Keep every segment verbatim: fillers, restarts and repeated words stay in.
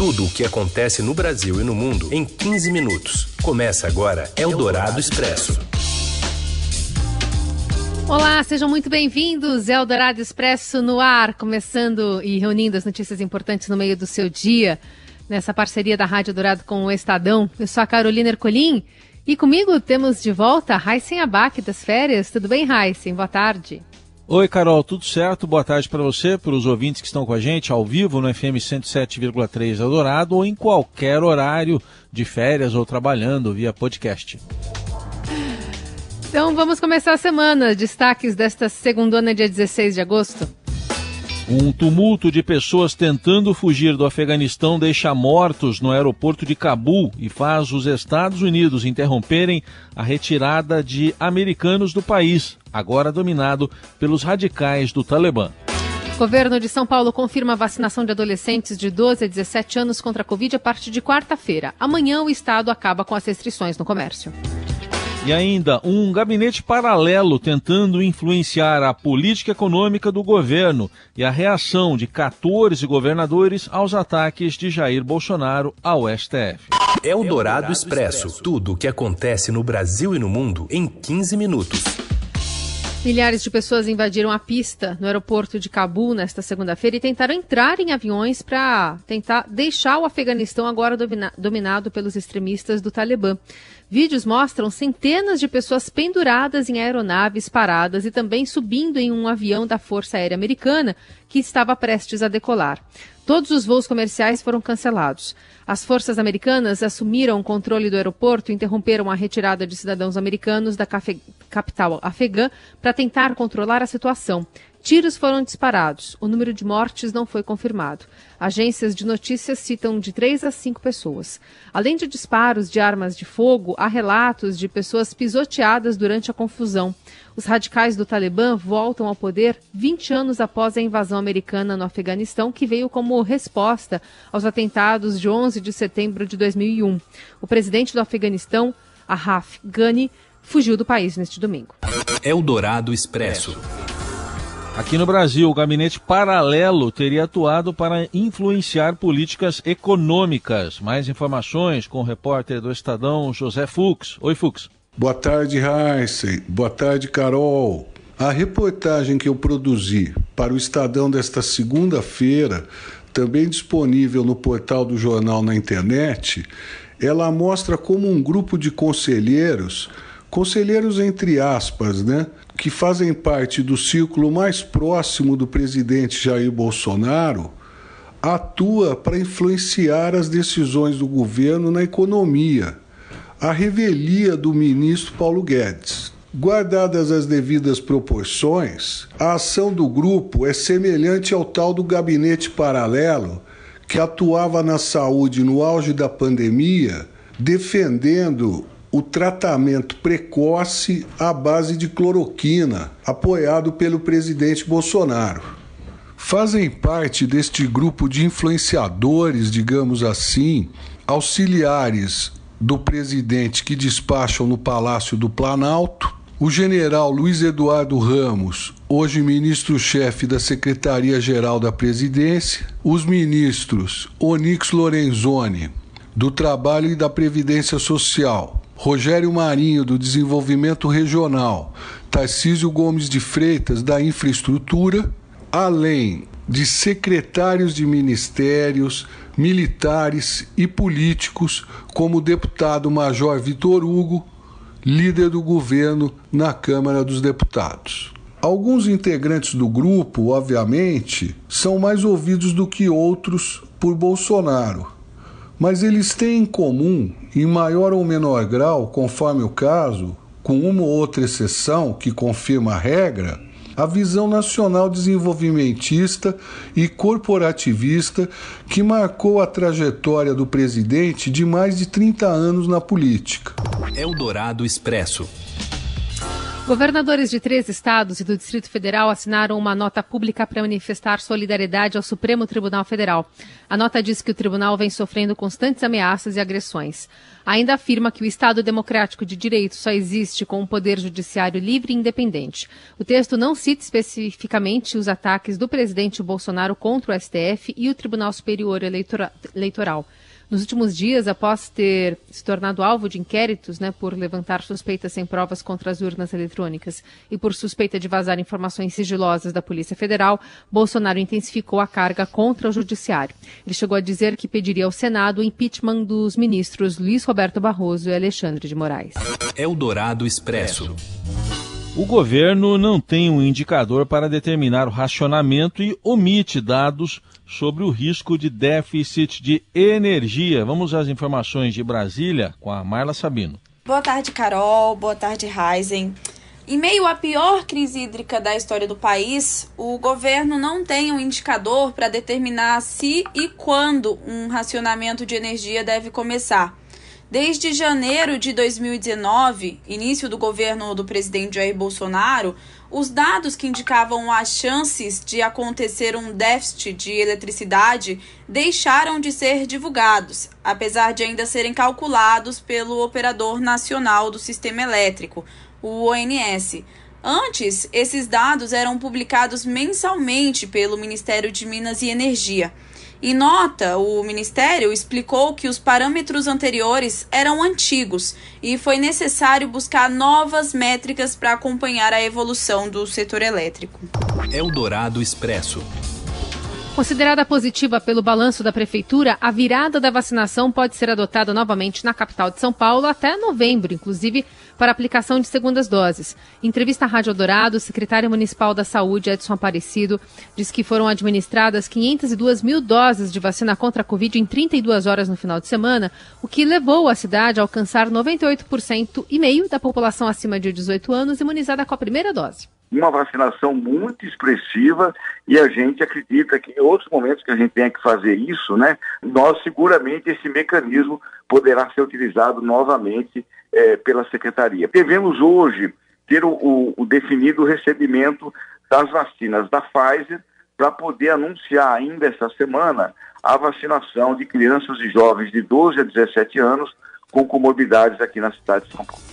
Tudo o que acontece no Brasil e no mundo em quinze minutos. Começa agora Eldorado Expresso. Olá, sejam muito bem-vindos. Eldorado Expresso no ar, começando e reunindo as notícias importantes no meio do seu dia, nessa parceria da Rádio Dourado com o Estadão. Eu sou a Carolina Ercolim e comigo temos de volta a Raíssen Abac das férias. Tudo bem, Raíssen? Boa tarde. Oi, Carol, tudo certo? Boa tarde para você, para os ouvintes que estão com a gente ao vivo no F M cento e sete vírgula três Eldorado ou em qualquer horário de férias ou trabalhando via podcast. Então vamos começar a semana. Destaques desta segundona, dia dezesseis de agosto. Um tumulto de pessoas tentando fugir do Afeganistão deixa mortos no aeroporto de Cabul e faz os Estados Unidos interromperem a retirada de americanos do país, agora dominado pelos radicais do Talibã. O governo de São Paulo confirma a vacinação de adolescentes de doze a dezessete anos contra a Covid a partir de quarta-feira. Amanhã o estado acaba com as restrições no comércio. E ainda, um gabinete paralelo tentando influenciar a política econômica do governo e a reação de quatorze governadores aos ataques de Jair Bolsonaro ao S T F. Eldorado Expresso. Tudo o que acontece no Brasil e no mundo em quinze minutos. Milhares de pessoas invadiram a pista no aeroporto de Cabul nesta segunda-feira e tentaram entrar em aviões para tentar deixar o Afeganistão agora domina- dominado pelos extremistas do Talibã. Vídeos mostram centenas de pessoas penduradas em aeronaves paradas e também subindo em um avião da Força Aérea Americana que estava prestes a decolar. Todos os voos comerciais foram cancelados. As forças americanas assumiram o controle do aeroporto e interromperam a retirada de cidadãos americanos da cafe- capital afegã para tentar controlar a situação. Tiros foram disparados. O número de mortes não foi confirmado. Agências de notícias citam de três a cinco pessoas. Além de disparos de armas de fogo, há relatos de pessoas pisoteadas durante a confusão. Os radicais do Talibã voltam ao poder vinte anos após a invasão americana no Afeganistão, que veio como resposta aos atentados de onze de setembro de dois mil e um. O presidente do Afeganistão, Ashraf Ghani, fugiu do país neste domingo. Eldorado Expresso. Aqui no Brasil, o gabinete paralelo teria atuado para influenciar políticas econômicas. Mais informações com o repórter do Estadão, José Fux. Oi, Fux. Boa tarde, Raíssen. Boa tarde, Carol. A reportagem que eu produzi para o Estadão desta segunda-feira, também disponível no portal do jornal na internet, ela mostra como um grupo de conselheiros, conselheiros entre aspas, né, que fazem parte do círculo mais próximo do presidente Jair Bolsonaro, atua para influenciar as decisões do governo na economia, a revelia do ministro Paulo Guedes. Guardadas as devidas proporções, a ação do grupo é semelhante ao tal do gabinete paralelo que atuava na saúde no auge da pandemia, defendendo o tratamento precoce à base de cloroquina, apoiado pelo presidente Bolsonaro. Fazem parte deste grupo de influenciadores, digamos assim, auxiliares do presidente que despacham no Palácio do Planalto, o general Luiz Eduardo Ramos, hoje ministro-chefe da Secretaria-Geral da Presidência, os ministros Onyx Lorenzoni, do Trabalho e da Previdência Social, Rogério Marinho, do Desenvolvimento Regional, Tarcísio Gomes de Freitas, da Infraestrutura, além de secretários de ministérios, militares e políticos, como o deputado Major Vitor Hugo, líder do governo na Câmara dos Deputados. Alguns integrantes do grupo, obviamente, são mais ouvidos do que outros por Bolsonaro, mas eles têm em comum, em maior ou menor grau, conforme o caso, com uma ou outra exceção que confirma a regra, a visão nacional desenvolvimentista e corporativista que marcou a trajetória do presidente de mais de trinta anos na política. Eldorado Expresso. Governadores de três estados e do Distrito Federal assinaram uma nota pública para manifestar solidariedade ao Supremo Tribunal Federal. A nota diz que o tribunal vem sofrendo constantes ameaças e agressões. Ainda afirma que o Estado Democrático de Direito só existe com um poder judiciário livre e independente. O texto não cita especificamente os ataques do presidente Bolsonaro contra o S T F e o Tribunal Superior Eleitora- Eleitoral. Nos últimos dias, após ter se tornado alvo de inquéritos, né, por levantar suspeitas sem provas contra as urnas eletrônicas e por suspeita de vazar informações sigilosas da Polícia Federal, Bolsonaro intensificou a carga contra o Judiciário. Ele chegou a dizer que pediria ao Senado o impeachment dos ministros Luiz Roberto Barroso e Alexandre de Moraes. Eldorado Expresso. O governo não tem um indicador para determinar o racionamento e omite dados sobre o risco de déficit de energia. Vamos às informações de Brasília com a Marla Sabino. Boa tarde, Carol. Boa tarde, Heisen. Em meio à pior crise hídrica da história do país, o governo não tem um indicador para determinar se e quando um racionamento de energia deve começar. Desde janeiro de dois mil e dezenove, início do governo do presidente Jair Bolsonaro, os dados que indicavam as chances de acontecer um déficit de eletricidade deixaram de ser divulgados, apesar de ainda serem calculados pelo Operador Nacional do Sistema Elétrico, o O N S. Antes, esses dados eram publicados mensalmente pelo Ministério de Minas e Energia. Em nota, o Ministério explicou que os parâmetros anteriores eram antigos e foi necessário buscar novas métricas para acompanhar a evolução do setor elétrico. Eldorado Expresso. Considerada positiva pelo balanço da Prefeitura, a virada da vacinação pode ser adotada novamente na capital de São Paulo até novembro, inclusive para aplicação de segundas doses. Em entrevista à Rádio Eldorado, o secretário municipal da Saúde, Edson Aparecido, disse que foram administradas quinhentas e duas mil doses de vacina contra a Covid em trinta e duas horas no final de semana, o que levou a cidade a alcançar noventa e oito por cento e meio da população acima de dezoito anos imunizada com a primeira dose. Uma vacinação muito expressiva e a gente acredita que em outros momentos que a gente tenha que fazer isso, né, nós seguramente esse mecanismo poderá ser utilizado novamente é, pela Secretaria. Devemos hoje ter o, o, o definido recebimento das vacinas da Pfizer para poder anunciar ainda essa semana a vacinação de crianças e jovens de doze a dezessete anos com comorbidades aqui na cidade de São Paulo.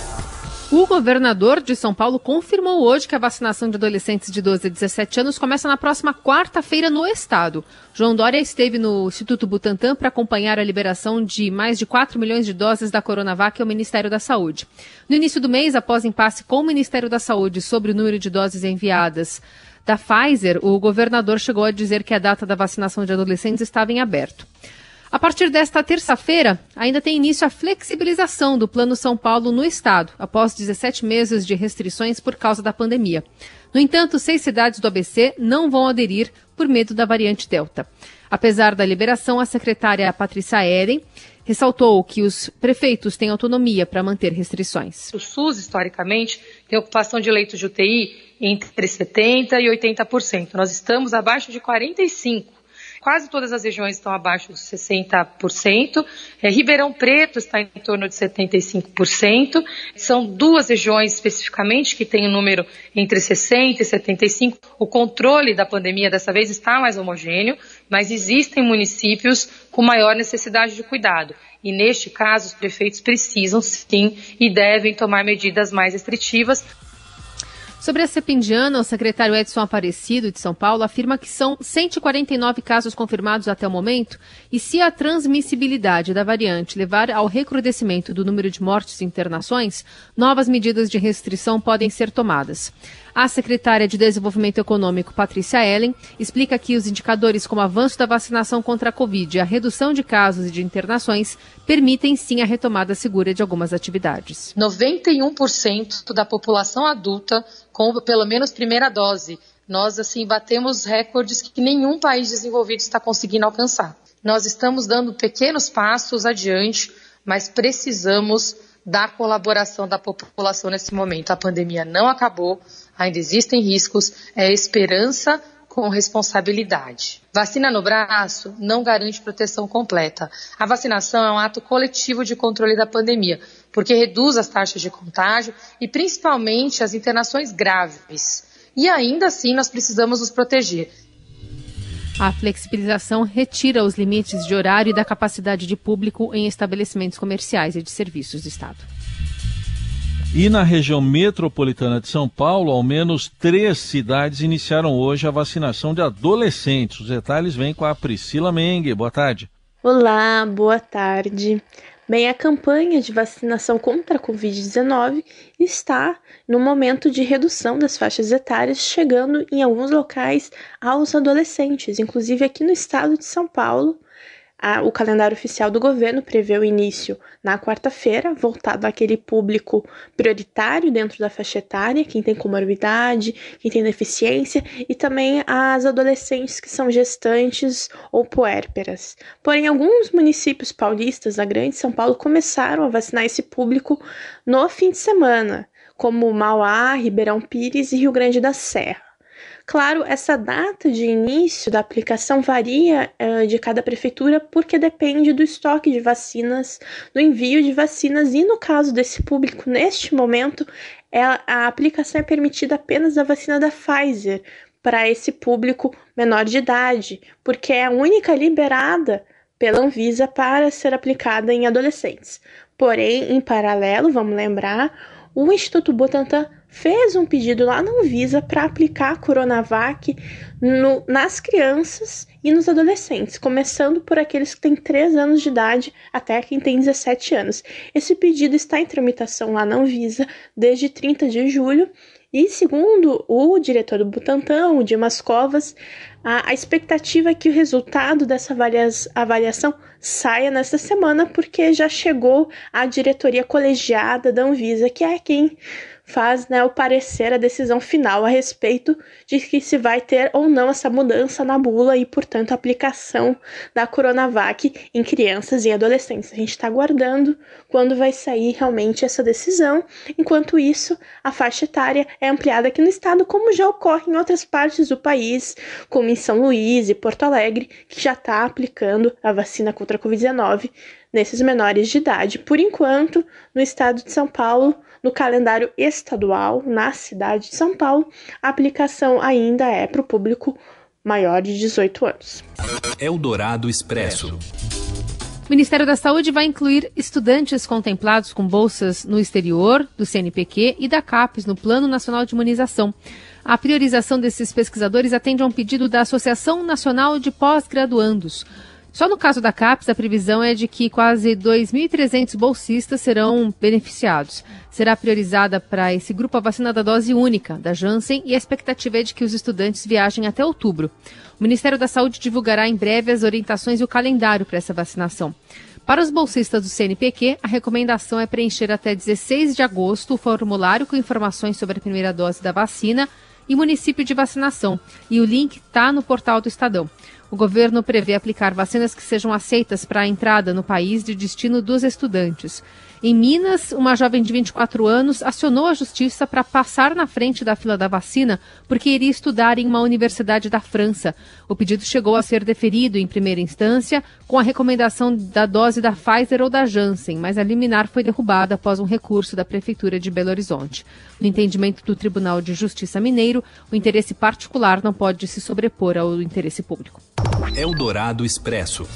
O governador de São Paulo confirmou hoje que a vacinação de adolescentes de doze a dezessete anos começa na próxima quarta-feira no estado. João Dória esteve no Instituto Butantan para acompanhar a liberação de mais de quatro milhões de doses da Coronavac ao Ministério da Saúde. No início do mês, após impasse com o Ministério da Saúde sobre o número de doses enviadas da Pfizer, o governador chegou a dizer que a data da vacinação de adolescentes estava em aberto. A partir desta terça-feira, ainda tem início a flexibilização do Plano São Paulo no estado, após dezessete meses de restrições por causa da pandemia. No entanto, seis cidades do A B C não vão aderir por medo da variante Delta. Apesar da liberação, a secretária Patrícia Eren ressaltou que os prefeitos têm autonomia para manter restrições. O SUS, historicamente, tem ocupação de leitos de U T I entre setenta por cento e oitenta por cento. Nós estamos abaixo de quarenta e cinco por cento. Quase todas as regiões estão abaixo de sessenta por cento. É, Ribeirão Preto está em torno de setenta e cinco por cento. São duas regiões especificamente que têm um número entre sessenta e setenta e cinco por cento. O controle da pandemia dessa vez está mais homogêneo, mas existem municípios com maior necessidade de cuidado. E neste caso, os prefeitos precisam sim e devem tomar medidas mais restritivas. Sobre a cepa indiana, o secretário Edson Aparecido, de São Paulo, afirma que são cento e quarenta e nove casos confirmados até o momento e se a transmissibilidade da variante levar ao recrudescimento do número de mortes e internações, novas medidas de restrição podem ser tomadas. A secretária de Desenvolvimento Econômico, Patrícia Ellen, explica que os indicadores como o avanço da vacinação contra a Covid e a redução de casos e de internações permitem sim a retomada segura de algumas atividades. noventa e um por cento da população adulta com pelo menos primeira dose. Nós, assim, batemos recordes que nenhum país desenvolvido está conseguindo alcançar. Nós estamos dando pequenos passos adiante, mas precisamos da colaboração da população nesse momento. A pandemia não acabou, ainda existem riscos, é esperança com responsabilidade. Vacina no braço não garante proteção completa. A vacinação é um ato coletivo de controle da pandemia. porque reduz as taxas de contágio e principalmente as internações graves. E ainda assim nós precisamos nos proteger. A flexibilização retira os limites de horário e da capacidade de público em estabelecimentos comerciais e de serviços do Estado. E na região metropolitana de São Paulo, ao menos três cidades iniciaram hoje a vacinação de adolescentes. Os detalhes vêm com a Priscila Mengue. Boa tarde. Olá, boa tarde. Bem, a campanha de vacinação contra a covid dezenove está no momento de redução das faixas etárias, chegando em alguns locais aos adolescentes. Inclusive aqui no estado de São Paulo, a, o calendário oficial do governo prevê o início na quarta-feira, voltado àquele público prioritário dentro da faixa etária, quem tem comorbidade, quem tem deficiência, e também as adolescentes que são gestantes ou puérperas. Porém, alguns municípios paulistas da Grande São Paulo começaram a vacinar esse público no fim de semana, como Mauá, Ribeirão Pires e Rio Grande da Serra. Claro, essa data de início da aplicação varia uh, de cada prefeitura porque depende do estoque de vacinas, do envio de vacinas, e no caso desse público, neste momento, é, a aplicação é permitida apenas da vacina da Pfizer para esse público menor de idade, porque é a única liberada pela Anvisa para ser aplicada em adolescentes. Porém, em paralelo, vamos lembrar, o Instituto Butantan fez um pedido lá na Anvisa para aplicar a Coronavac no, nas crianças e nos adolescentes, começando por aqueles que têm três anos de idade até quem tem dezessete anos. Esse pedido está em tramitação lá na Anvisa desde trinta de julho e, segundo o diretor do Butantan, o Dimas Covas, a, a expectativa é que o resultado dessa avalia- avaliação saia nesta semana, porque já chegou a diretoria colegiada da Anvisa, que é quem faz, né, o parecer, a decisão final a respeito de que se vai ter ou não essa mudança na bula e, portanto, a aplicação da Coronavac em crianças e adolescentes. A gente está aguardando quando vai sair realmente essa decisão. Enquanto isso, a faixa etária é ampliada aqui no estado, como já ocorre em outras partes do país, como em São Luís e Porto Alegre, que já está aplicando a vacina contra a covid dezenove nesses menores de idade. Por enquanto, no estado de São Paulo, no calendário estadual, na cidade de São Paulo, a aplicação ainda é para o público maior de dezoito anos. Eldorado Expresso. O Ministério da Saúde vai incluir estudantes contemplados com bolsas no exterior, do C N P Q e da CAPES no Plano Nacional de Imunização. A priorização desses pesquisadores atende a um pedido da Associação Nacional de Pós-Graduandos. Só no caso da CAPES, a previsão é de que quase dois mil e trezentos bolsistas serão beneficiados. Será priorizada para esse grupo a vacina da dose única, da Janssen, e a expectativa é de que os estudantes viajem até outubro. O Ministério da Saúde divulgará em breve as orientações e o calendário para essa vacinação. Para os bolsistas do C N P Q, a recomendação é preencher até dezesseis de agosto o formulário com informações sobre a primeira dose da vacina e município de vacinação. E o link está no portal do Estadão. O governo prevê aplicar vacinas que sejam aceitas para a entrada no país de destino dos estudantes. Em Minas, uma jovem de vinte e quatro anos acionou a justiça para passar na frente da fila da vacina porque iria estudar em uma universidade da França. O pedido chegou a ser deferido em primeira instância com a recomendação da dose da Pfizer ou da Janssen, mas a liminar foi derrubada após um recurso da Prefeitura de Belo Horizonte. No entendimento do Tribunal de Justiça Mineiro, o interesse particular não pode se sobrepor ao interesse público. Eldorado Expresso.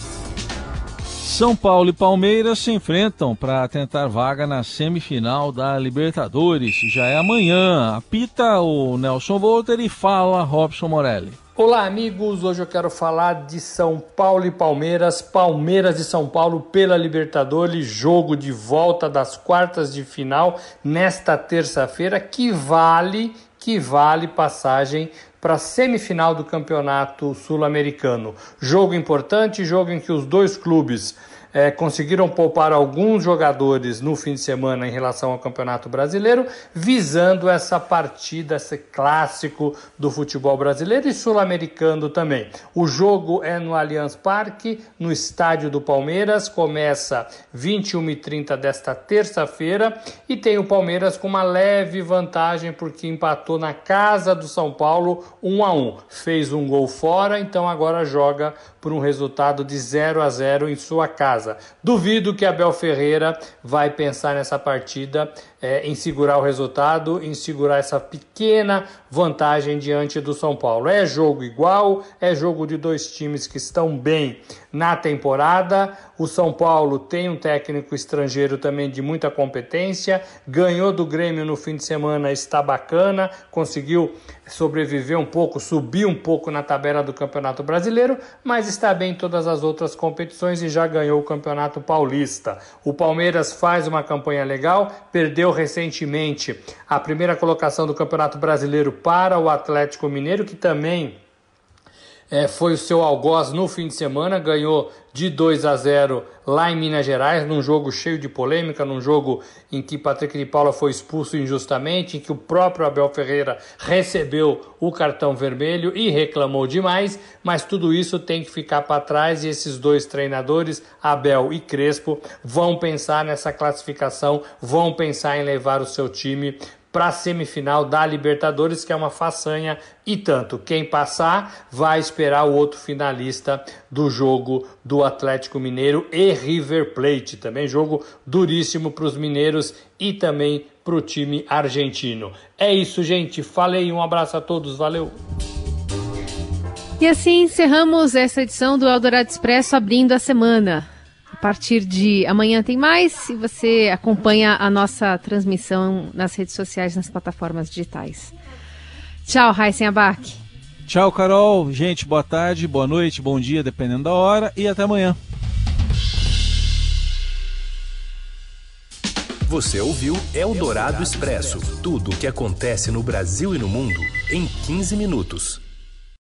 São Paulo e Palmeiras se enfrentam para tentar vaga na semifinal da Libertadores. Já é amanhã. Apita o Nelson Volter e fala Robson Morelli. Olá, amigos. Hoje eu quero falar de São Paulo e Palmeiras. Palmeiras e São Paulo pela Libertadores. Jogo de volta das quartas de final nesta terça-feira, que vale, que vale passagem para a semifinal do Campeonato Sul-Americano. Jogo importante, jogo em que os dois clubes é, conseguiram poupar alguns jogadores no fim de semana em relação ao Campeonato Brasileiro, visando essa partida, esse clássico do futebol brasileiro e sul-americano também. O jogo é no Allianz Parque, no estádio do Palmeiras, começa vinte e uma e trinta desta terça-feira e tem o Palmeiras com uma leve vantagem porque empatou na casa do São Paulo um a um. Fez um gol fora, então agora joga por um resultado de zero a zero em sua casa. casa. Duvido que Abel Ferreira vai pensar nessa partida é, em segurar o resultado, em segurar essa pequena vantagem diante do São Paulo. É jogo igual, é jogo de dois times que estão bem na temporada. O São Paulo tem um técnico estrangeiro também de muita competência, ganhou do Grêmio no fim de semana, está bacana, conseguiu sobreviver um pouco, subir um pouco na tabela do Campeonato Brasileiro, mas está bem em todas as outras competições e já ganhou o Campeonato Paulista. O Palmeiras faz uma campanha legal, perdeu recentemente a primeira colocação do Campeonato Brasileiro para o Atlético Mineiro, que também É, foi o seu algoz no fim de semana, ganhou de dois a zero lá em Minas Gerais, num jogo cheio de polêmica, num jogo em que Patrick de Paula foi expulso injustamente, em que o próprio Abel Ferreira recebeu o cartão vermelho e reclamou demais, mas tudo isso tem que ficar para trás e esses dois treinadores, Abel e Crespo, vão pensar nessa classificação, vão pensar em levar o seu time para a semifinal da Libertadores, que é uma façanha e tanto. Quem passar vai esperar o outro finalista do jogo do Atlético Mineiro e River Plate. Também jogo duríssimo para os mineiros e também para o time argentino. É isso, gente. Falei, um abraço a todos. Valeu! E assim encerramos essa edição do Eldorado Expresso, abrindo a semana. A partir de amanhã tem mais e você acompanha a nossa transmissão nas redes sociais, nas plataformas digitais. Tchau, Raíssen Abac. Tchau, Carol. Gente, boa tarde, boa noite, bom dia, dependendo da hora, e até amanhã. Você ouviu Eldorado Expresso. Tudo o que acontece no Brasil e no mundo em quinze minutos.